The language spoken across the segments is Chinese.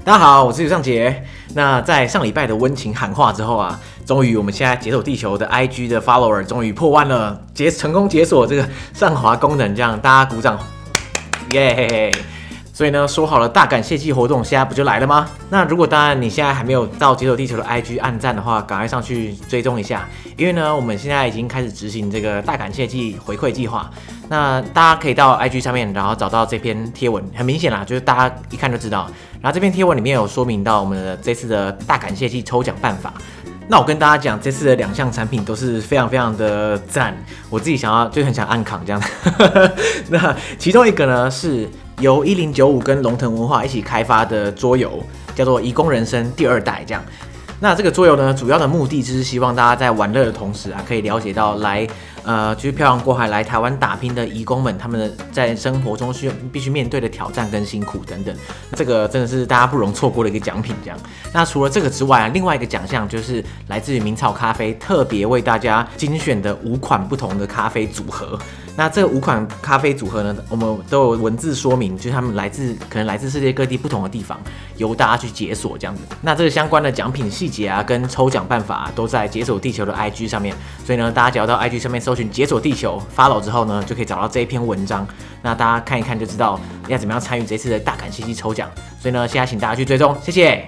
大家好，我是尤尚杰。那在上礼拜的温情喊话之后啊，终于我们现在解锁地球的 IG 的 follower 终于破万了，成功解锁这个上滑功能，这样大家鼓掌，耶！所以呢，说好了大感谢祭活动，现在不就来了吗？那如果当然你现在还没有到解锁地球的 IG 按赞的话，赶快上去追踪一下，因为呢，我们现在已经开始执行这个大感谢祭回馈计划。那大家可以到 IG 上面，然后找到这篇贴文，很明显啦，就是大家一看就知道。然后这篇贴文里面有说明到我们的这次的大感谢祭抽奖办法。那我跟大家讲，这次的2项产品都是非常非常的赞，我自己就很想按扛这样。那其中一个呢是由1095跟龙腾文化一起开发的桌游，叫做《移工人生第2代》这样。那这个桌游呢，主要的目的就是希望大家在玩乐的同时啊，可以了解到就是漂洋过海来台湾打拼的移工们，他们在生活中必须面对的挑战跟辛苦等等，这个真的是大家不容错过的一个奖品。这样，那除了这个之外啊，另外一个奖项就是来自于明草咖啡特别为大家精选的5款不同的咖啡组合。那这5款咖啡组合呢，我们都有文字说明，就是他们可能来自世界各地不同的地方，由大家去解锁这样子。那这个相关的奖品细节啊，跟抽奖办法都在解锁地球的 IG 上面，所以呢，大家只要到 IG 上面搜寻解锁地球 follow 之后呢，就可以找到这一篇文章。那大家看一看就知道要怎么样参与这次的大感谢祭抽奖。所以呢，现在请大家去追踪，谢谢。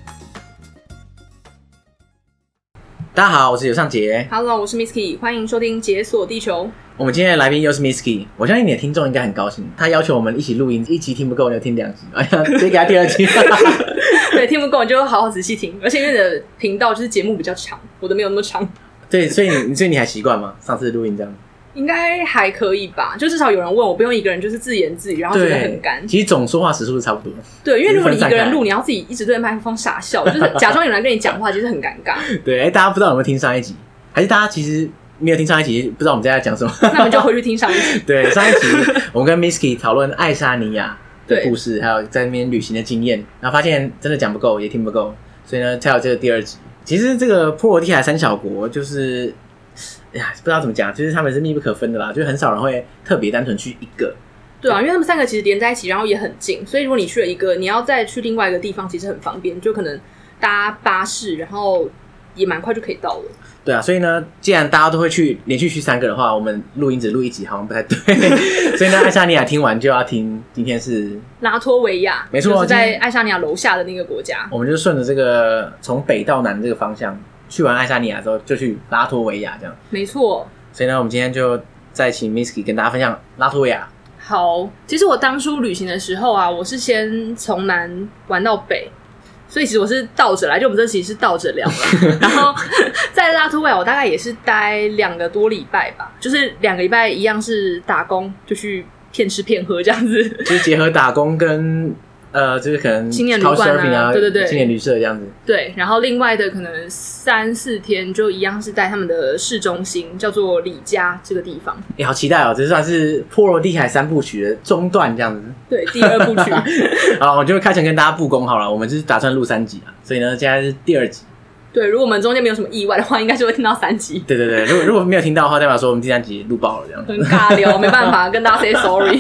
大家好，我是尤尚杰。 Hello， 我是 Misky， 欢迎收听解锁地球。 我们今天的来宾又是 Misky， 我相信你的听众应该很高兴，他要求我们一起录音，一集听不够，你就听2集，哎呀，直接给他第2集。 对，听不够你就好好仔细听，而且因为你的频道就是节目比较长，我的没有那么长。 对，所以你还习惯吗？上次录音这样？ 应该还可以吧，就至少有人问我，不用一个人就是自言自语，然后觉得很干。 其实总说话时数是差不多。对， 因为如果你一个人录，你要自己一直对着麦克风傻笑，就是假装有人跟你讲话，其实很尴尬。 对，大家不知道有没有听上一集，还是大家其实没有听上一集，不知道我们在讲什么？ 那我们就回去听上一集。 对，上一集我们跟 Misky 讨论爱沙尼亚的故事，还有在那边旅行的经验，然后发现真的讲不够，也听不够，所以呢，才有这个第2集。其实这个波罗的海3小国就是。不知道怎么讲，就是他们是密不可分的啦，就是很少人会特别单纯去一个。 对啊，因为他们3个其实连在一起，然后也很近，所以如果你去了一个，你要再去另外一个地方，其实很方便，就可能搭巴士，然后也蛮快就可以到了。对啊，所以呢，既然大家都会去连续去3个的话，我们录音只录1集好像不太对，所以呢，爱沙尼亚听完就要听，今天是拉脱维亚， 没错， 就是在爱沙尼亚楼下的那个国家， 我们就顺着这个从北到南这个方向。去完爱沙尼亚之后，就去拉脱维亚，这样没错。 所以呢，我们今天就再请 Misky 跟大家分享拉脱维亚。 好，其实我当初旅行的时候啊，我是先从南玩到北，所以其实我是倒着来，就我们这期是倒着聊了。然后在拉脱维亚，我大概也是待2个多礼拜吧，就是2个礼拜一样是打工，就去骗吃骗喝这样子， 就是结合打工跟。就是可能青年旅馆啊，对， 青年旅社这样子。 对，然后另外的可能3-4天就一样是在他们的市中心，叫做里加这个地方。 好期待哦！这算是波罗的海3部曲的中段这样子。 对，第2部曲。 好，我就开诚跟大家布公好了，我们就是打算录3集啊，所以呢，现在是第2集。 对，如果我们中间没有什么意外的话，应该就会听到3集。 对，如果没有听到的话，代表说我们第3集录爆了这样。 很尬聊，没办法跟大家 say sorry。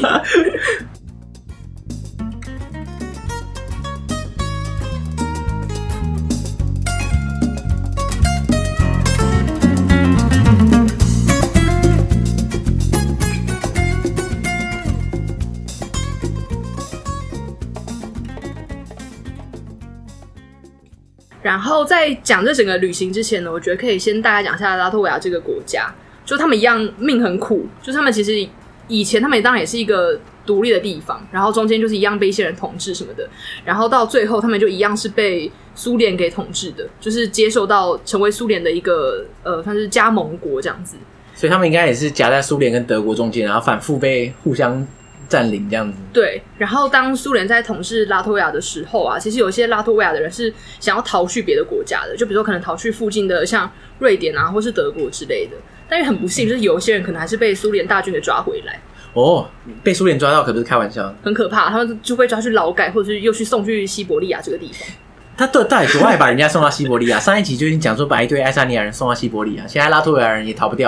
然后在讲这整个旅行之前呢，我觉得可以先大概讲一下拉脱维亚这个国家，就他们一样命很苦，就是他们其实以前他们当然也是一个独立的地方，然后中间就是一样被一些人统治什么的，然后到最后他们就一样是被苏联给统治的，就是接受到成为苏联的一个算是加盟国这样子。 所以他们应该也是夹在苏联跟德国中间，然后反复被互相占领这样子。 对，然后当苏联在统治拉脱维亚的时候啊，其实有些拉脱维亚的人是想要逃去别的国家的，就比如说可能逃去附近的像瑞典啊或是德国之类的，但是很不幸就是有些人可能还是被苏联大军给抓回来。 哦，被苏联抓到可不是开玩笑， 很可怕，他们就被抓去劳改，或者是又去送去西伯利亚这个地方。 他到底多爱把人家送到西伯利亚？上一集就已经讲说把一堆爱沙尼亚人送到西伯利亚，现在拉脱维亚人也逃不掉了。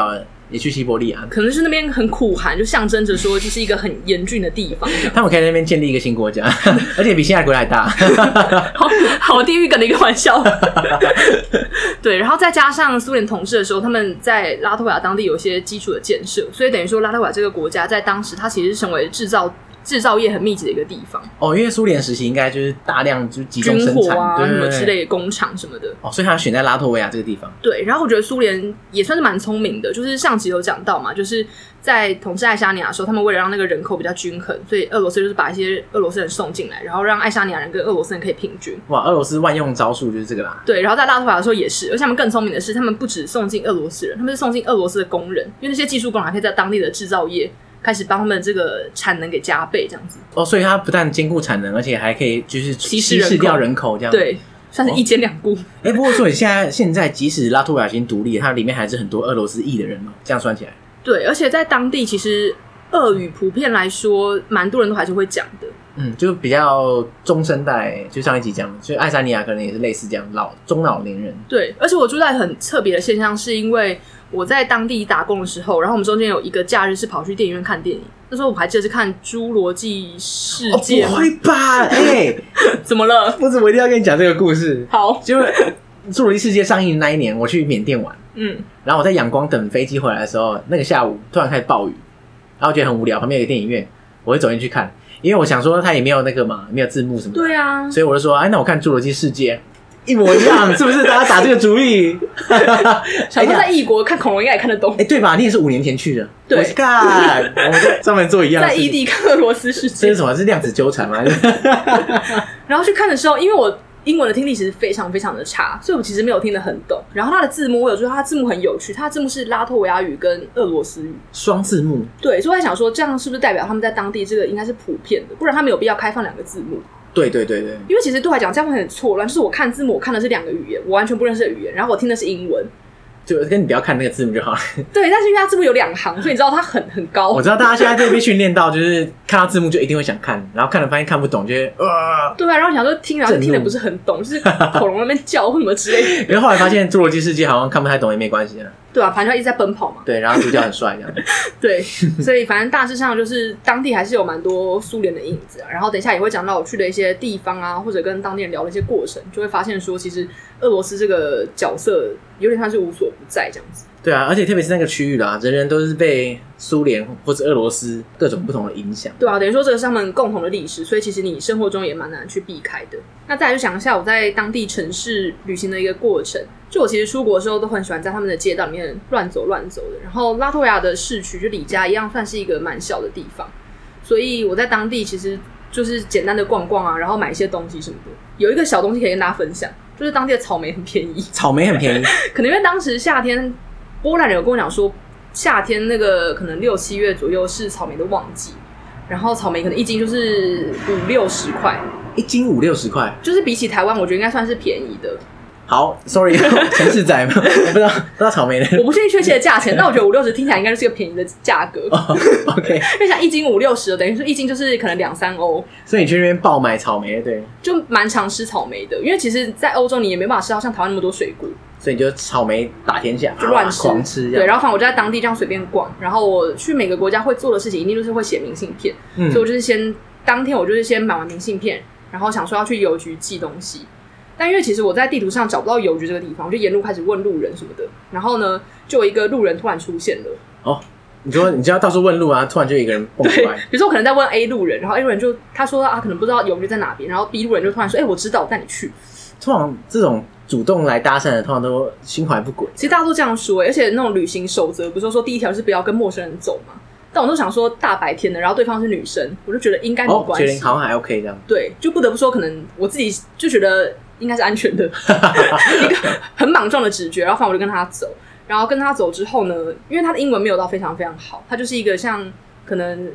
也去西伯利亚， 可能是那边很苦寒，就象征着说就是一个很严峻的地方。 他们可以在那边建立一个新国家，而且比现在国家还大。 好地狱梗的一个玩笑。对，然后再加上苏联统治的时候，他们在拉脱维亚当地有一些基础的建设，所以等于说拉脱维亚这个国家在当时它其实是成为制造业很密集的一个地方。 哦，因为苏联时期应该就是大量就集中生产， 军火啊对对对什么之类的工厂什么的。 哦，所以他选在拉脱维亚这个地方。 对，然后我觉得苏联也算是蛮聪明的，就是上集有讲到嘛，就是在统治爱沙尼亚的时候，他们为了让那个人口比较均衡，所以俄罗斯就是把一些俄罗斯人送进来，然后让爱沙尼亚人跟俄罗斯人可以平均。 哇，俄罗斯万用招数就是这个啦。 对，然后在拉脱维亚的时候也是，而且他们更聪明的是，他们不只送进俄罗斯人，他们是送进俄罗斯的工人，因为那些技术工人还可以在当地的制造业开始帮他们这个产能给加倍这样子。 哦，所以它不但兼顾产能，而且还可以就是稀释掉人口这样。 对，算是一兼两顾。 不过所以现在即使拉脱维亚已经独立，它里面还是很多俄罗斯裔的人嘛，这样算起来。 对，而且在当地其实俄语普遍来说，蛮多人都还是会讲的。 就比较中生代，就上一集讲的，就爱沙尼亚可能也是类似这样中老年人。 对，而且我住在很特别的现象，是因为我在当地打工的时候，然后我们中间有一个假日是跑去电影院看电影。那时候我还记得是看《侏罗纪世界》 不会吧？ 怎么了？ 不是，我一定要跟你讲这个故事。 好， 就侏罗纪世界上映的那一年，我去缅甸玩，然后我在仰光等飞机回来的时候，那个下午突然开始暴雨，然后我觉得很无聊，旁边有个电影院，我就走进去看。因为我想说他也没有那个嘛，没有字幕什么的。 对啊， 所以我就说，那我看《侏罗纪世界》一模一样，是不是？大家打这个主意。 想说在异国看恐龙应该也看得懂， 对吧？你也是5年前去的， 对， 我看我们在专门做一样的在异地看俄罗斯世界， 这是什么？是量子纠缠吗？ 然后去看的时候，因为我英文的听力其实非常非常的差，所以我其实没有听得很懂。然后它的字幕，我有觉得它的字幕很有趣，它的字幕是拉脱维亚语跟俄罗斯语双字幕。 对，所以我在想说，这样是不是代表他们在当地这个应该是普遍的，不然他们有必要开放2个字幕？ 对， 因为其实对我来讲这样会很错乱，就是我看字幕，我看的是2个语言，我完全不认识的语言，然后我听的是英文。 就跟你不要看那个字幕就好了。 对，但是因为它字幕有2行，所以你知道它很高。 我知道大家现在都被训练到，就是看到字幕就一定会想看，然后看了发现看不懂，就会对啊，然后想说听，然后听的不是很懂，就是恐龙那边叫或什么之类的。 因为后来发现《侏罗纪世界》好像看不太懂也没关系啊。 对啊，反正他一直在奔跑嘛。 对，然后主角很帅这样。 对，所以反正大致上就是当地还是有蛮多苏联的影子啊。然后等一下也会讲到我去的一些地方啊，或者跟当地人聊的一些过程，就会发现说，其实俄罗斯这个角色有点像是无所不在这样子。 对啊，而且特别是那个区域啦，人人都是被苏联或者俄罗斯各种不同的影响。 对啊，等于说这个是他们共同的历史，所以其实你生活中也蛮难去避开的。那再来就讲一下我在当地城市旅行的一个过程。就我其实出国的时候都很喜欢在他们的街道里面乱走的，然后拉脱维亚的市区就里加一样算是一个蛮小的地方，所以我在当地其实就是简单的逛逛啊，然后买一些东西什么的。有一个小东西可以跟大家分享，就是当地的草莓很便宜。 草莓很便宜，可能因为当时夏天，波兰人有跟我讲说，夏天那个可能6、7月左右是草莓的旺季，然后草莓可能1斤就是50、60块 ，1斤50、60块， 就是比起台湾，我觉得应该算是便宜的。 好 ，sorry， 城市仔嘛，我不知道草莓的， 我不确定确切的价钱，但我觉得50、60听起来应该是个便宜的价格。 OK， 因为像1斤50、60，等于说1斤就是可能2、3欧。 所以你去那边爆买草莓，对， 就蛮常吃草莓的，因为其实，在欧洲你也没办法吃到像台湾那么多水果， 所以你就草莓打天下， 就乱吃， 狂吃。 对，然后反正我就在当地这样随便逛，然后我去每个国家会做的事情，一定就是会写明信片，所以我就是当天我就是先买完明信片，然后想说要去邮局寄东西。但因为其实我在地图上找不到邮局这个地方，我就沿路开始问路人什么的。然后呢，就有一个路人突然出现了。 哦，你说你就要到处问路啊，突然就有一个人蹦出来。 比如说我可能在问 A 路人，然后 A 路人就他说可能不知道邮局在哪边，然后 B 路人就突然说，我知道，我带你去。 通常这种主动来搭讪的，通常都心怀不轨。 其实大家都这样说，而且那种旅行守则，不是说第一条是不要跟陌生人走嘛？但我都想说大白天的，然后对方是女生，我就觉得应该没关系， 觉得好像还 OK 这样。 对，就不得不说，可能我自己就觉得应该是安全的，一个很莽撞的直觉。然后反正我就跟他走，然后跟他走之后呢，因为他的英文没有到非常非常好，他就是一个像可能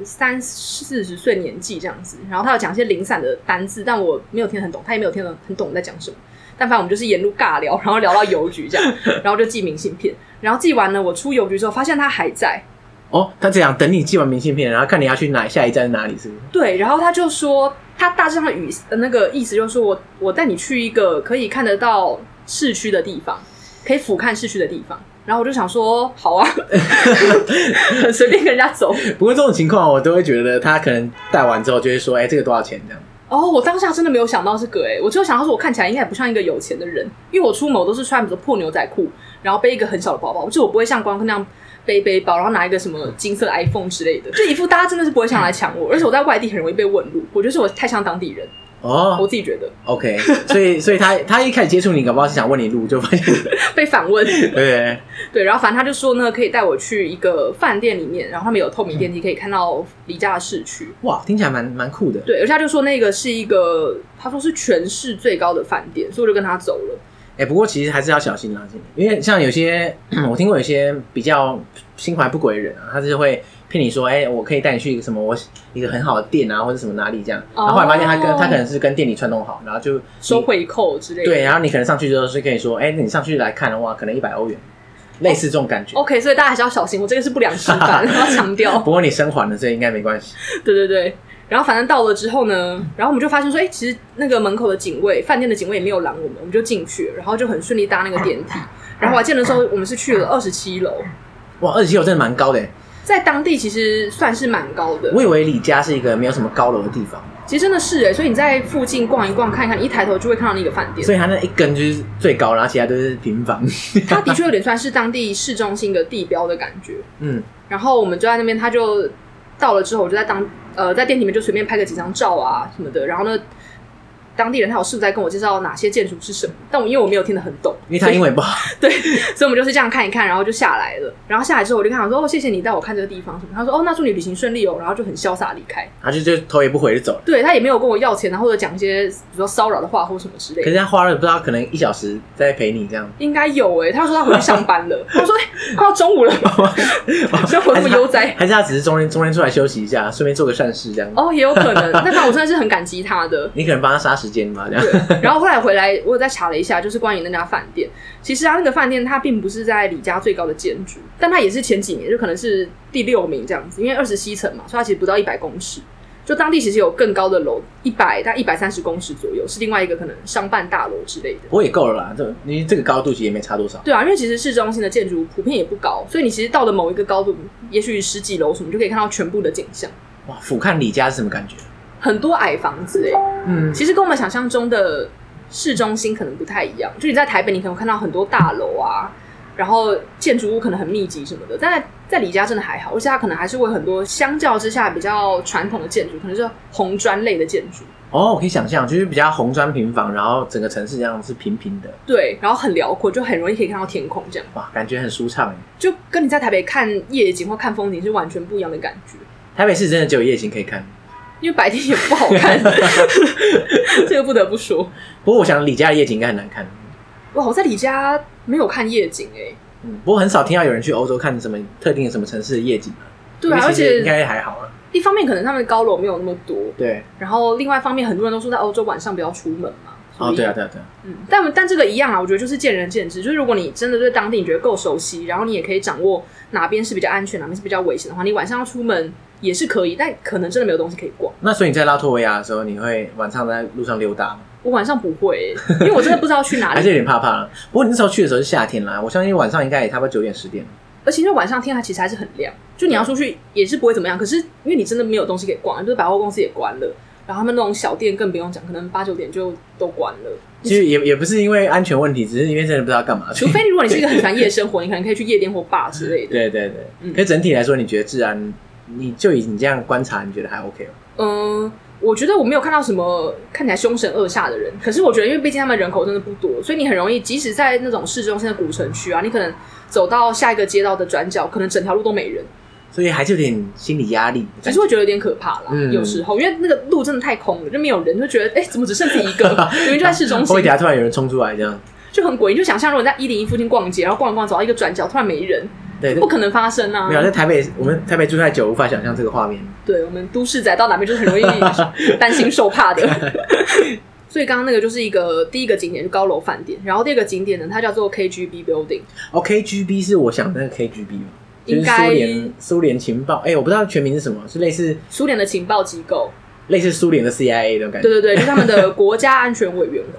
30、40岁年纪这样子，然后他有讲一些零散的单字，但我没有听得很懂，他也没有听得很懂我在讲什么。但反正我们就是沿路尬聊，然后聊到邮局这样，然后就寄明信片。然后寄完呢，我出邮局之后发现他还在。 哦，他这样等你寄完明信片，然后看你要去下一站哪里，是不是？ 对，然后他就说，他大致上的那个意思就是说，我带你去一个可以看得到市区的地方，可以俯瞰市区的地方。 然后我就想说好啊，很随便跟人家走。 不过这种情况我都会觉得他可能带完之后就会说，这个多少钱这样。 哦，我当下真的没有想到这个我只有想到说我看起来应该也不像一个有钱的人，因为我出门我都是穿比如说破牛仔裤，然后背一个很小的包包，就我不会像光哥那样背背包，然后拿一个什么金色的 iPhone 之类的，就一副大家真的是不会想来抢我，而且我在外地很容易被问路，我觉得是我太像当地人。我自己觉得 OK， 所以他一开始接触你，搞不好是想问你路，就发现被反问。 对， 然后反正他就说呢，可以带我去一个饭店里面，然后他们有透明电梯，可以看到离家的市区。 哇，听起来蛮酷的。 对，而且他就说那个是一个，他说是全市最高的饭店，所以我就跟他走了。 不过其实还是要小心啦，因为像有些我听过有些比较心怀不轨的人他是会骗你说，我可以带你去一个什么一个很好的店啊，或者什么哪里这样。然后后来发现他可能是跟店里串通好，然后就收回扣之类的。 对，然后你可能上去之后是跟你说，你上去来看的话，可能100欧元，类似这种感觉。 OK， 所以大家还是要小心，我这个是不良示范，要强调。 不过你生还了，所以应该没关系。 对。然后反正到了之后呢，然后我们就发现说，其实那个门口的警卫，饭店的警卫也没有拦我们就进去了，然后就很顺利搭那个电梯。然后我还记得的时候，我们是去了27楼。 哇，27楼真的蛮高的在当地其实算是蛮高的。 我以为李家是一个没有什么高楼的地方， 其实真的是所以你在附近逛一逛看一看，你一抬头就会看到那个饭店。 所以它那一根就是最高，然后其他都是平房。 它的确有点算是当地市中心的地标的感觉。然后我们就在那边，他就到了之后，我就在店里面就随便拍个几张照啊什么的。然后呢，当地人他有试图在跟我介绍哪些建筑是什么，但因为我没有听得很懂， 因为他英文不好。 对，所以我们就是这样看一看，然后就下来了。然后下来之后，我就跟他说：“谢谢你带我看这个地方什么。”他说：“那祝你旅行顺利哦。”然后就很潇洒离开。 他就头也不回就走了。 对，他也没有跟我要钱啊，或者讲一些比如说骚扰的话或什么之类的。 可是他花了不知道可能1小时在陪你这样。 应该有他说他回去上班了。他说快要中午了，生活这么悠哉。 还是他只是中间出来休息一下，顺便做个善事这样。 也有可能。那反正我真的是很感激他的。 你可能帮他杀时间吧，这样。 然后后来回来，我有再查了一下，就是关于那家饭店。其实那个饭店它并不是在里家最高的建筑，但它也是前几年就可能是第6名这样子，因为27层嘛，所以它其实不到100公尺。就当地其实有更高的楼大概130公尺左右，是另外一个可能商办大楼之类的。 不过也够了啦，因为这个高度其实也没差多少。 对啊，因为其实市中心的建筑普遍也不高，所以你其实到了某一个高度，也许10几楼什么就可以看到全部的景象。 哇，俯瞰李家是什么感觉？ 很多矮房子其实跟我们想象中的市中心可能不太一样。就你在台北，你可能看到很多大楼啊，然后建筑物可能很密集什么的，但在李家真的还好，而且它可能还是会很多相较之下比较传统的建筑，可能是红砖类的建筑。 我可以想象，就是比较红砖平房，然后整个城市这样是平平的， 对，然后很辽阔，就很容易可以看到天空这样。 哇，感觉很舒畅就跟你在台北看夜景或看风景是完全不一样的感觉。 台北市真的只有夜景可以看， 因为白天也不好看。这个不得不说。 不过我想李家的夜景应该很难看。 哇，我在李家没有看夜景不过很少听到有人去欧洲看什么特定的什么城市的夜景对啊，而且应该还好啊。 一方面可能他们的高楼没有那么多， 对。 然后另外一方面，很多人都说在欧洲晚上不要出门嘛。 对啊。 但这个一样啊，我觉得就是见仁见智。就是如果你真的对当地你觉得够熟悉，然后你也可以掌握哪边是比较安全，哪边是比较危险的话，你晚上要出门也是可以，但可能真的没有东西可以逛。 那所以你在拉脱维亚的时候，你会晚上在路上溜达吗？ 我晚上不会因为我真的不知道去哪里。 还是有点怕怕。不过你那时候去的时候是夏天啦，我相信晚上应该也差不多9点10点。 而且因为晚上天还其实还是很亮，就你要出去也是不会怎么样。可是因为你真的没有东西可以逛，就是百货公司也关了，然后他们那种小店更不用讲，可能8、9点就都关了。 其实也不是因为安全问题，只是因为真的不知道干嘛。 除非如果你是一个很喜欢夜生活，你可能可以去夜店或 bar 之类的。 对。可是整体来说，你觉得治安，你就以你这样观察，你觉得还 OK 吗？ 我觉得我没有看到什么看起来凶神恶煞的人，可是我觉得因为毕竟他们人口真的不多，所以你很容易即使在那种市中心的古城区啊，你可能走到下一个街道的转角，可能整条路都没人， 所以还是有点心理压力。 其实会觉得有点可怕啦，有时候因为那个路真的太空了，就没有人，就觉得怎么只剩自己一个，明明就在市中心， 会等下突然有人冲出来这样， 就很诡异。就想象如果你在101附近逛街，然后逛一逛走到一个转角突然没人， 对， 不可能发生啊！ 没有，在台北，我们台北住太久，无法想象这个画面。 对，我们都市仔到哪边就是很容易担心受怕的。所以刚刚那个就是第一个景点，就高楼饭店。然后第二个景点呢，它叫做 KGB Building。 KGB 是我想的那个 KGB 吗？ 应该就是苏联情报。我不知道全名是什么，是类似苏联的情报机构， 类似苏联的 CIA 的感觉。 对，就是他们的国家安全委员会。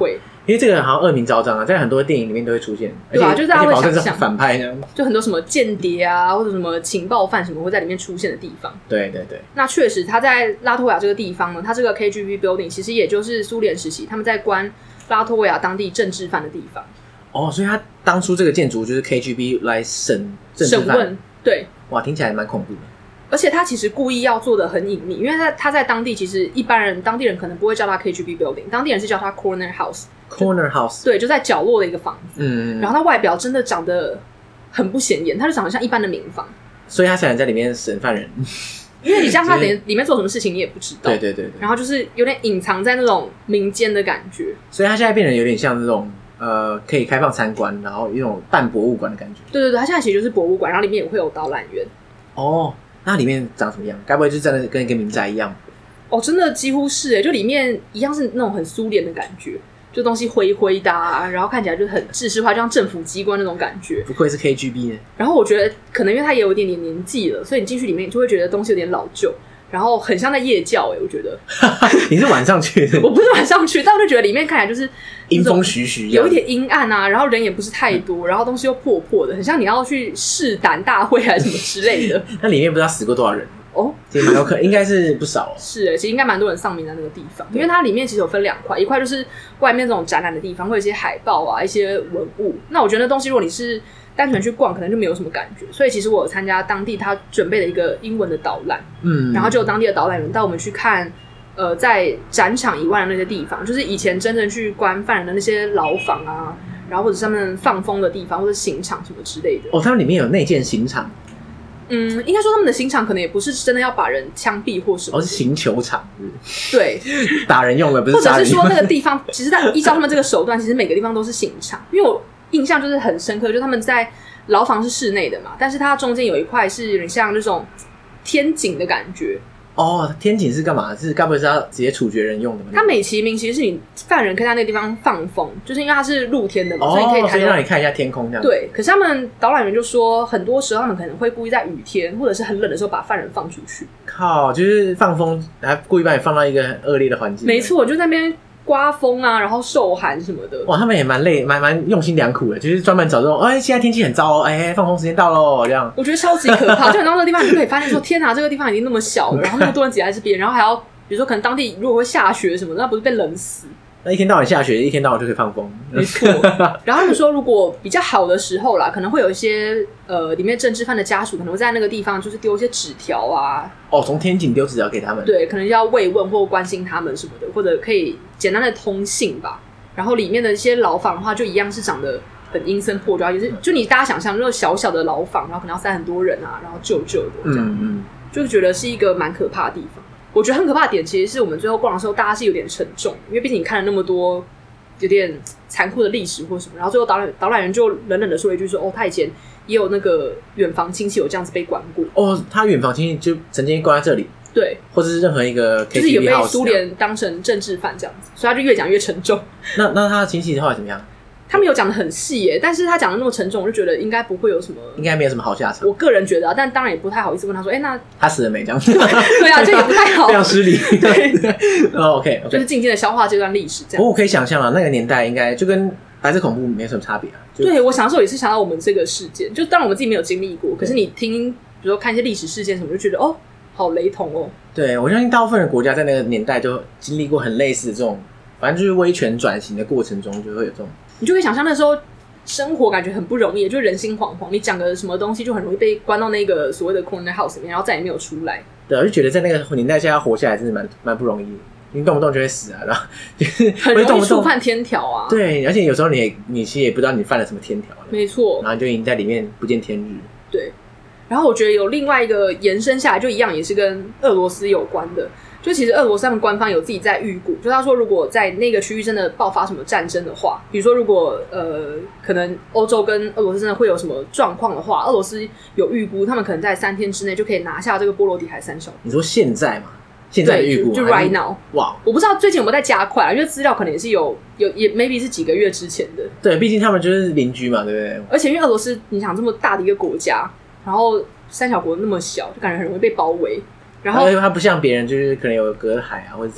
因为这个好像恶名昭彰啊，在很多电影里面都会出现， 对吧？就是大家会想象反派那样， 就很多什么间谍啊，或者什么情报犯什么会在里面出现的地方。 对对对。 那确实，他在拉脱维亚这个地方呢，它这个 KGB building 其实也就是苏联时期他们在关拉脱维亚当地政治犯的地方。 哦，所以他当初这个建筑就是 KGB 来审政治犯， 审问，对。 哇，听起来蛮恐怖的。 而且他其实故意要做的很隐秘，因为他在当地其实一般人当地人可能不会叫他 KGB building， 当地人是叫他 corner house。corner house， 对，就在角落的一个房子。 嗯， 然后他外表真的长得很不显眼，他就长得像一般的民房， 所以他才能在里面审犯人。 因为你像他里面做什么事情你也不知道。 对对对对。 然后就是有点隐藏在那种民间的感觉， 所以他现在变得有点像那种可以开放参观，然后一种半博物馆的感觉。 对对对，他现在其实就是博物馆，然后里面也会有导览员。 哦，那里面长什么样？该不会就真的跟一个民宅一样？ 哦，真的几乎是就里面一样是那种很苏联的感觉，就东西灰灰的啊，然后看起来就很制式化，就像政府机关那种感觉。 不愧是 KGB 呢。 然后我觉得可能因为它也有一点点年纪了，所以你进去里面你就会觉得东西有点老旧，然后很像在夜教我觉得。 你是晚上去的？ 我不是晚上去，但我就觉得里面看起来就是阴风徐徐， 有一点阴暗啊，然后人也不是太多，然后东西又破破的，很像你要去试胆大会还是什么之类的。 那里面不知道死过多少人哦， 其实蛮有可能，应该是不少。 是其实应该蛮多人丧命在那个地方，因为它里面其实有分2块，一块就是外面这种展览的地方，会有一些海报啊，一些文物。那我觉得那东西如果你是单纯去逛，可能就没有什么感觉。所以其实我有参加当地他准备的一个英文的导览，然后就有当地的导览员带我们去看，在展场以外的那些地方，就是以前真正去关犯人的那些牢房啊，然后或者是他们放风的地方，或者刑场什么之类的。 哦，他们里面有内建刑场。 应该说他们的刑场可能也不是真的要把人枪毙或什么， 是刑球场， 对， 打人用的，不是杀人用的。 或者是说那个地方，其实在依照他们这个手段，其实每个地方都是刑场。因为我印象就是很深刻，就是他们在牢房是室内的嘛，但是它中间有一块是有点像那种天井的感觉。 哦，天井是干嘛？是该不会是要直接处决人用的吗？ 它美其名其实是你犯人可以在那个地方放风，就是因为它是露天的嘛，所以可以所以让你看一下天空这样。 对，可是他们导览员就说，很多时候他们可能会故意在雨天或者是很冷的时候把犯人放出去。 靠，就是放风，还故意把你放到一个很恶劣的环境。 没错，就在那边刮风啊，然后受寒什么的。 哇，他们也蛮累，蛮用心良苦的，就是专门找这种，现在天气很糟哦，放风时间到咯，这样。 我觉得超级可怕，就很到那个地方，你就可以发现说，天哪，这个地方已经那么小了，然后那么多人挤在这边，然后还要，比如说可能当地如果会下雪什么的，那不是被冷死？ 那一天到晚下雪，一天到晚就可以放风。 没错。然后他们说，如果比较好的时候啦，可能会有一些里面政治犯的家属可能会在那个地方就是丢一些纸条啊。 哦，从天井丢纸条给他们。 对，可能要慰问或关心他们什么的，或者可以简单的通信吧。然后里面的一些牢房的话，就一样是长得很阴森破旧，就是就你大家想象那种小小的牢房，然后可能要塞很多人啊，然后旧旧的这样，就觉得是一个蛮可怕的地方。我觉得很可怕的点，其实是我们最后逛的时候，大家是有点沉重，因为毕竟你看了那么多有点残酷的历史或什么，然后最后导览员就冷冷的说了一句说：“哦，他以前也有那个远房亲戚有这样子被关过。” 哦，他远房亲戚就曾经关在这里， 对， 或者是任何一个 KTV house， 就是有被苏联当成政治犯这样子，所以他就越讲越沉重。 那他的亲戚的话怎么样？ 他们有讲的很细耶，但是他讲的那么沉重，我就觉得应该不会有什么， 应该没有什么好下场。 我个人觉得但当然也不太好意思问他说，那他死了没？这样对啊，这也不太好， 非常失礼。 对 ，OK， 就是静静的消化这段历史这样。 不过我可以想象啊，那个年代应该就跟白色恐怖没什么差别啊。 对，我想的时候也是想到我们这个事件，就当然我们自己没有经历过，可是你听，比如说看一些历史事件什么，就觉得好雷同哦。 对，我相信大部分的国家在那个年代就经历过很类似的这种，反正就是威权转型的过程中就会有这种， 你就可以想象那时候生活感觉很不容易，就人心惶惶。你讲个什么东西，就很容易被关到那个所谓的 corner house 里面，然后再也没有出来。 对，我就觉得在那个年代下要活下来，真的蛮不容易的。你动不动就会死啊，然后就是很容易触犯天条啊。 对，而且有时候你其实也不知道你犯了什么天条， 没错， 然后就已经在里面不见天日。 对，然后我觉得有另外一个延伸下来，就一样也是跟俄罗斯有关的。就其实俄罗斯他们官方有自己在预估，就他说如果在那个区域真的爆发什么战争的话，比如说如果可能欧洲跟俄罗斯真的会有什么状况的话，俄罗斯有预估他们可能在3天之内就可以拿下这个波罗的海3小国。 你说现在吗？现在的预估就 right now。 哇， 我不知道最近有没有在加快啊，因为资料可能也是有也 maybe 是几个月之前的。 对，毕竟他们就是邻居嘛，对不对？ 而且因为俄罗斯你想这么大的一个国家，然后3小国那么小，就感觉很容易被包围。然后它不像别人就是可能有隔海啊或者怎么样。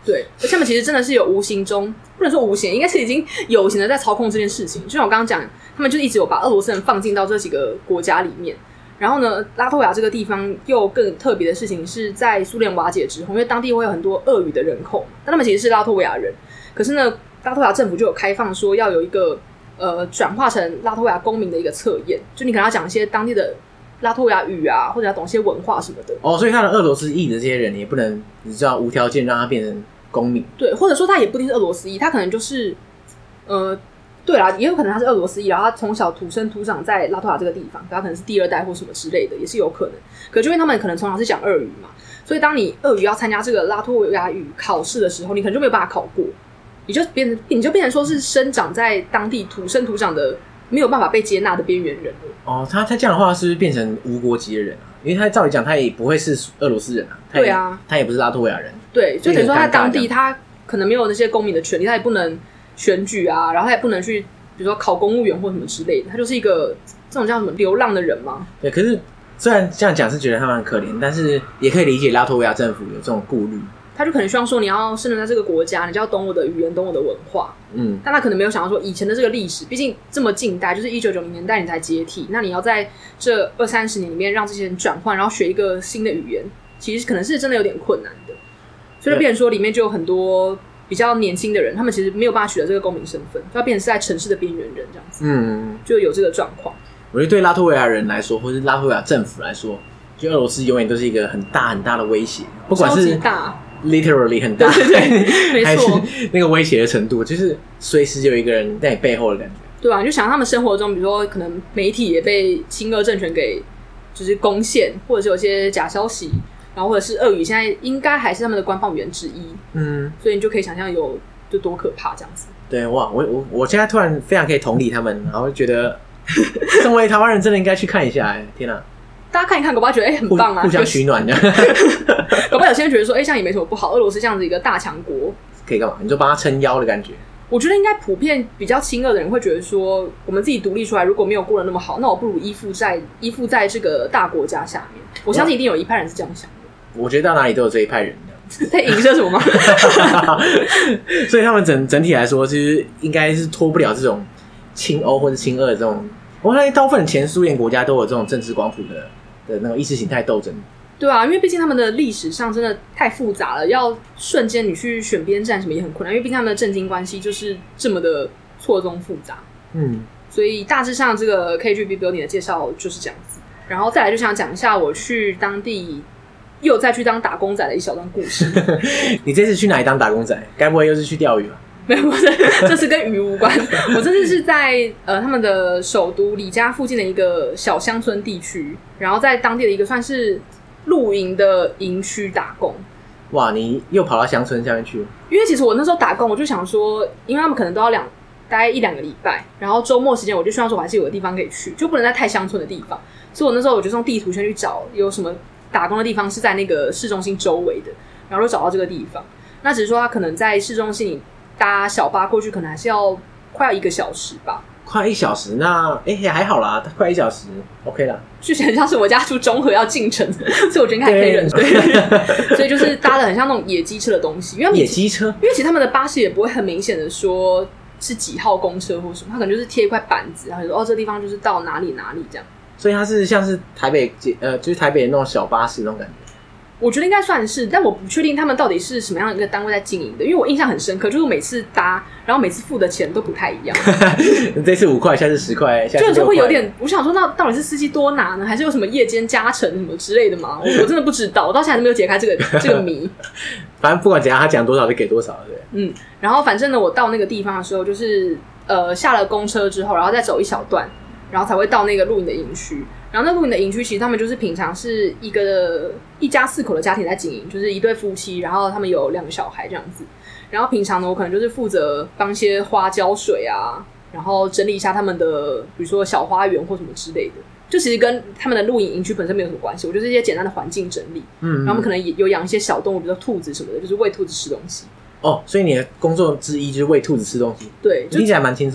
对，而且他们其实真的是有无形中，不能说无形，应该是已经有形的在操控这件事情。就像我刚刚讲，他们就一直有把俄罗斯人放进到这几个国家里面。然后呢，拉脱维亚这个地方又更特别的事情是在苏联瓦解之后，因为当地会有很多俄语的人口，但他们其实是拉脱维亚人。可是呢，拉脱维亚政府就有开放说要有一个转化成拉脱维亚公民的一个测验，就你可能要讲一些当地的拉脱维亚语啊，或者要懂一些文化什么的。 哦，所以他的俄罗斯裔的这些人也不能，你知道无条件让他变成公民。 对，或者说他也不一定是俄罗斯裔，他可能就是对啦，也有可能他是俄罗斯裔，然后他从小土生土长在拉脱维亚这个地方，他可能是第二代或什么之类的，也是有可能。可就因为他们可能从小是讲俄语嘛，所以当你俄语要参加这个拉脱维亚语考试的时候，你可能就没有办法考过，你就变成说是生长在当地土生土长的没有办法被接纳的边缘人了。 哦，他这样的话是不是变成无国籍的人啊？因为他照理讲他也不会是俄罗斯人啊， 对啊， 他也不是拉脱维亚人。 对，就等于说他在当地他可能没有那些公民的权利，他也不能选举啊，然后他也不能去比如说考公务员或什么之类的，他就是一个这种叫什么流浪的人嘛。 对，可是虽然这样讲是觉得他们很可怜，但是也可以理解拉脱维亚政府有这种顾虑。 他就可能希望说你要生存在这个国家，你就要懂我的语言，懂我的文化。但他可能没有想到说以前的这个历史，毕竟这么近代，就是1990年代你才解体，那你要在这20-30年里面让这些人转换，然后学一个新的语言，其实可能是真的有点困难的。所以就变成说里面就有很多比较年轻的人，他们其实没有办法取得这个公民身份，就要变成是在城市的边缘人这样子。就有这个状况。 我觉得对拉脱维亚人来说，或是拉脱维亚政府来说，就俄罗斯永远都是一个很大很大的威胁，不管是大 literally 很大， 对，没错， 还是那个威胁的程度，就是随时有一个人在你背后的感觉。 对啊，你就想他们生活中，比如说可能媒体也被亲俄政权给就是攻陷，或者是有些假消息，然后或者是俄语现在应该还是他们的官方语言之一。所以你就可以想象有就多可怕这样子。 对，哇，我现在突然非常可以同理他们，然后觉得身为台湾人真的应该去看一下。天哪！ 大家看一看，搞不好觉得很棒啊， 互相取暖的。 搞不好有些人觉得说，这样也没什么不好。俄罗斯这样子一个大强国， 可以干嘛？你就帮他撑腰的感觉。 我觉得应该普遍比较亲俄的人会觉得说，我们自己独立出来，如果没有过得那么好，那我不如依附在这个大国家下面。我相信一定有一派人是这样想的。 我觉得到哪里都有这一派人的。 在影射什么吗？ 所以他们整体来说，其实应该是脱不了这种亲欧或者亲俄的这种。我看大部分前苏联国家都有这种政治光谱的那种意识形态斗争。 对啊，因为毕竟他们的历史上真的太复杂了，要瞬间你去选边站什么也很困难，因为毕竟他们的政经关系就是这么的错综复杂。所以大致上这个 KGB Building 的介绍就是这样子。然后再来就想讲一下我去当地又再去当打工仔的一小段故事。 你这次去哪里当打工仔？该不会又是去钓鱼吧？ 没有，这是跟鱼无关。我这次是在他们的首都里加附近的一个小乡村地区，然后在当地的一个算是露营的营区打工。 哇，你又跑到乡村下面去了？ 因为其实我那时候打工，我就想说，因为他们可能都要大概1-2个礼拜，然后周末时间我就希望说我还是有个地方可以去，就不能在太乡村的地方。所以我那时候我就用地图先去找有什么打工的地方是在那个市中心周围的，然后就找到这个地方。那只是说他可能在市中心里搭小巴过去，可能还是要快要1个小时吧。 快1小时？那也还好啦，快1小时 OK 啦。 就很像是我家住中和要进城，所以我觉得应该还可以忍。对，所以就是搭的很像那种野机车的东西，因为野机车， 因为其实他们的巴士也不会很明显的说是几号公车或什么，他可能就是贴一块板子，然后就说这个地方就是到哪里哪里这样。 所以它是像是台北就是台北的那种小巴士那种感觉。 我觉得应该算是，但我不确定他们到底是什么样的一个单位在经营的，因为我印象很深刻，就是我每次搭，然后每次付的钱都不太一样。 这次5块，下次10块，下次6块， 就会有点，我想说，那到底是司机多拿呢，还是有什么夜间加成什么之类的吗？我真的不知道，我到现在还没有解开这个谜。 反正不管怎样，他讲多少就给多少，对。 然后反正呢，我到那个地方的时候，就是下了公车之后，然后再走一小段，然后才会到那个露营的营区。然后那露营的营区其实他们就是平常是一家4口的家庭在经营，就是一对夫妻，然后他们有2个小孩这样子。然后平常呢，我可能就是负责帮一些花浇水啊，然后整理一下他们的比如说小花园或什么之类的，就其实跟他们的露营营区本身没有什么关系，我就是一些简单的环境整理。然后他们可能也有养一些小动物，比如说兔子什么的，就是喂兔子吃东西。 哦，所以你的工作之一就是喂兔子吃东西。 对， 听起来蛮轻松。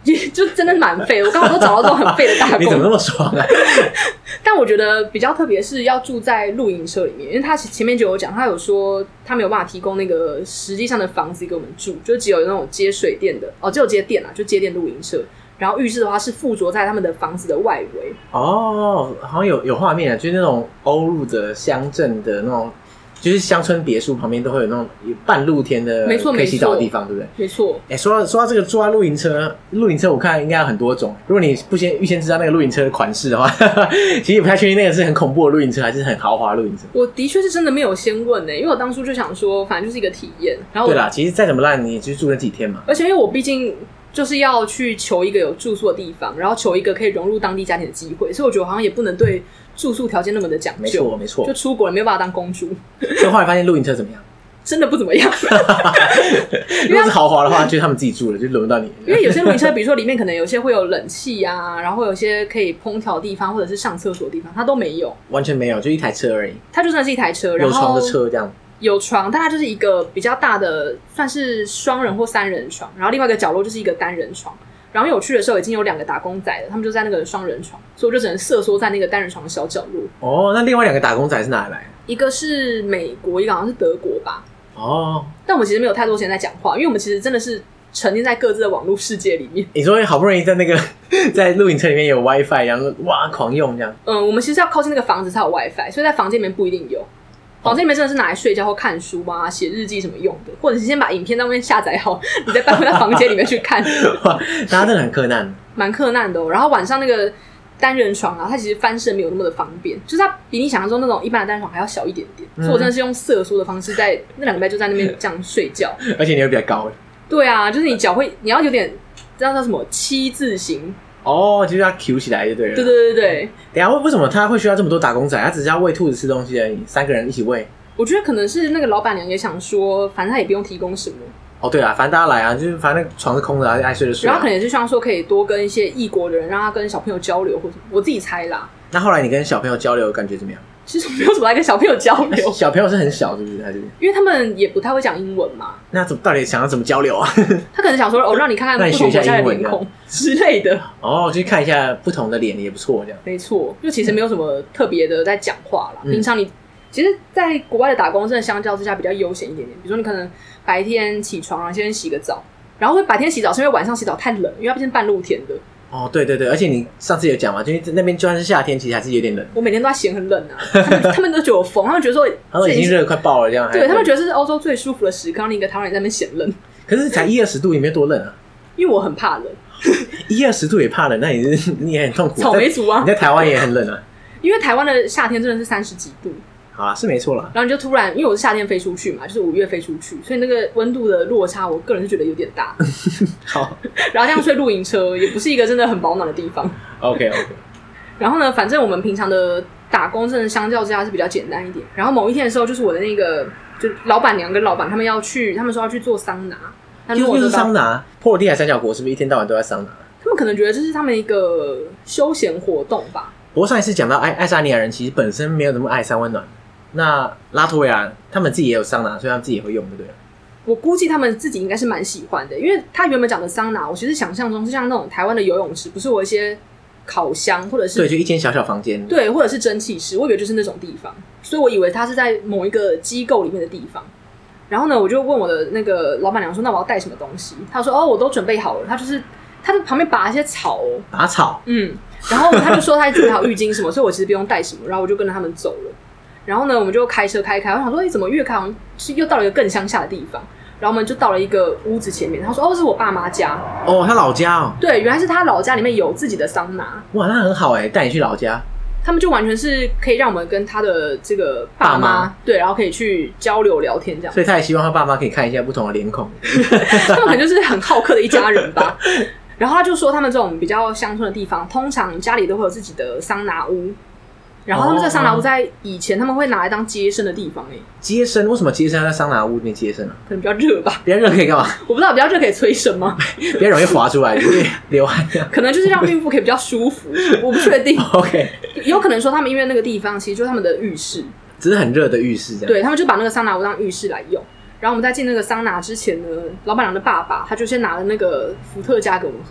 就真的是蛮废的。我刚好都找到这种很废的打工。 你怎么那么爽啊？ 但我觉得比较特别是要住在露营车里面，因为他前面就有讲，他有说他没有办法提供那个实际上的房子给我们住，就只有那种接水电的只有接电啦，就接电露营车。然后浴室的话是附着在他们的房子的外围。 哦，好像有画面啊，就是那种欧陆的乡镇的那种，就是乡村别墅旁边都会有那种半露天的可以洗澡的地方，对不对？ 没错。 说到这个坐在露营车我看应该有很多种。如果你不预先知道那个露营车的款式的话，其实也不太确定那个是很恐怖的露营车还是很豪华的露营车。 我的确是真的没有先问因为我当初就想说，反正就是一个体验。然后对啦，其实再怎么烂，你就住那几天嘛。 而且因为我毕竟就是要去求一个有住宿的地方，然后求一个可以融入当地家庭的机会，所以我觉得我好像也不能对住宿条件那么的讲究。 没错， 就出国了没有办法当公主。 所以后来发现露营车怎么样？ 真的不怎么样。 如果是豪华的话，就是他们自己住了，就轮不到你。 因为有些露营车，比如说里面可能有些会有冷气啊，然后会有些可以烹调的地方，或者是上厕所的地方，它都没有， 完全没有，就一台车而已。 它就真的是一台车，然后有床的车这样。 有床，但它就是一个比较大的，算是双人或三人床，然后另外一个角落就是一个单人床。然后有去的时候已经有2个打工仔了，他们就在那个双人床，所以我就只能瑟缩在那个单人床的小角落。 哦，那另外2个打工仔是哪里来？ 一个是美国，一个好像是德国吧。 哦， 但我们其实没有太多时间在讲话，因为我们其实真的是沉浸在各自的网络世界里面。 你说好不容易在那个在露营车里面有 WiFi， 然后哇狂用这样。 我们其实要靠近那个房子才有 WiFi， 所以在房间里面不一定有。房间里面真的是拿来睡觉或看书啊、写日记什么用的，或者是先把影片在外面下载好，你再搬回到房间里面去看。 哇，大家真的很克难， 蛮克难的然后晚上那个单人床啊，它其实翻身没有那么的方便，就是它比你想象中那种一般的单人床还要小一点点，所以我真的是用瑟缩的方式在那2个礼拜就在那边这样睡觉。 而且你会比较高。 对啊，就是你脚会，你要有点知道叫什么7字形。 哦，就是要 Q 起来就对了。 对。 等一下为什么他会需要这么多打工仔？他只是要喂兔子吃东西而已，3个人一起喂。 我觉得可能是那个老板娘也想说，反正他也不用提供什么。 哦，对啦，反正大家来啊，就是反正那个床是空的啊，爱睡就睡。 然后可能也是希望说可以多跟一些异国的人，让他跟小朋友交流，或者我自己猜啦。 那后来你跟小朋友交流感觉怎么样？ 其实我没有怎么来跟小朋友交流。 小朋友是很小是不是？还是因为他们也不太会讲英文嘛？ 那到底想要怎么交流啊？ 他可能想说让你看看不同国家的脸孔之类的。 哦，去看一下不同的脸也不错，这样。 没错，就其实没有什么特别的在讲话啦。平常你其实在国外的打工真的相较之下比较悠闲一点点，比如说你可能白天起床然后先洗个澡，然后白天洗澡是因为晚上洗澡太冷，因为它毕竟半露天的。 哦，对，而且你上次有讲嘛，就是那边就算是夏天，其实还是有点冷。 我每天都在嫌很冷啊，他们都觉得我疯，他们觉得说他们已经热得快爆了这样。 对，他们觉得这是欧洲最舒服的时光，另一个台湾人在那边嫌冷。 可是才10-20度，也没有多冷啊。 因为我很怕冷。 10-20度也怕冷，那你也很痛苦。 草莓族啊， 你在台湾也很冷啊。 因为台湾的夏天真的是30几度。 好啊，是没错啦。 然后你就突然，因为我是夏天飞出去嘛，就是5月飞出去，所以那个温度的落差，我个人是觉得有点大。 好， 然后这样睡露营车也不是一个真的很保暖的地方。 OK。 然后呢，反正我们平常的打工真的相较之下是比较简单一点。然后某一天的时候，就是我的那个就老板娘跟老板他们说要去做桑拿。 又是桑拿？波罗的海三角国是不是一天到晚都在桑拿？ 他们可能觉得这是他们一个休闲活动吧。 不过上一次讲到爱沙尼亚人其实本身没有那么爱三温暖。那拉脱维亚他们自己也有桑拿，所以他们自己也会用，对不对？ 我估计他们自己应该是蛮喜欢的，因为他原本讲的桑拿，我其实想象中是像那种台湾的游泳池，不是有一些烤箱或者是对，就一间小小房间， 对，或者是蒸汽室，我以为就是那种地方，所以我以为他是在某一个机构里面的地方。然后呢，我就问我的那个老板娘说：“那我要带什么东西？”他说：“哦，我都准备好了。”他在旁边拔一些草， 拔草， 然后他就说他准备好浴巾什么，所以我其实不用带什么，然后我就跟着他们走了。然后呢，我们就开车开，我想说，怎么越开好像是又到了一个更乡下的地方。然后我们就到了一个屋子前面，他说：“哦，这是我爸妈家。” 哦，他老家哦。 对，原来是他老家里面有自己的桑拿。 哇，那很好哎，带你去老家。 他们就完全是可以让我们跟他的这个爸妈对，然后可以去交流聊天这样。 所以他也希望他爸妈可以看一下不同的脸孔。 他们可能就是很好客的一家人吧。然后他就说，他们这种比较乡村的地方，通常家里都会有自己的桑拿屋。然后他们这个桑拿屋在以前他们会拿来当接生的地方。 接生？为什么接生要在桑拿屋里面接生啊？ 可能比较热吧。 比较热可以干嘛？ 我不知道，比较热可以催生吗？ 比较容易滑出来，就是流汗这样。 可能就是让孕妇可以比较舒服，我不确定。 OK， 有可能说他们因为那个地方其实就是他们的浴室， 只是很热的浴室这样。 对，他们就把那个桑拿屋当浴室来用。然后我们在进那个桑拿之前呢，老板娘的爸爸他就先拿了那个伏特加给我们喝。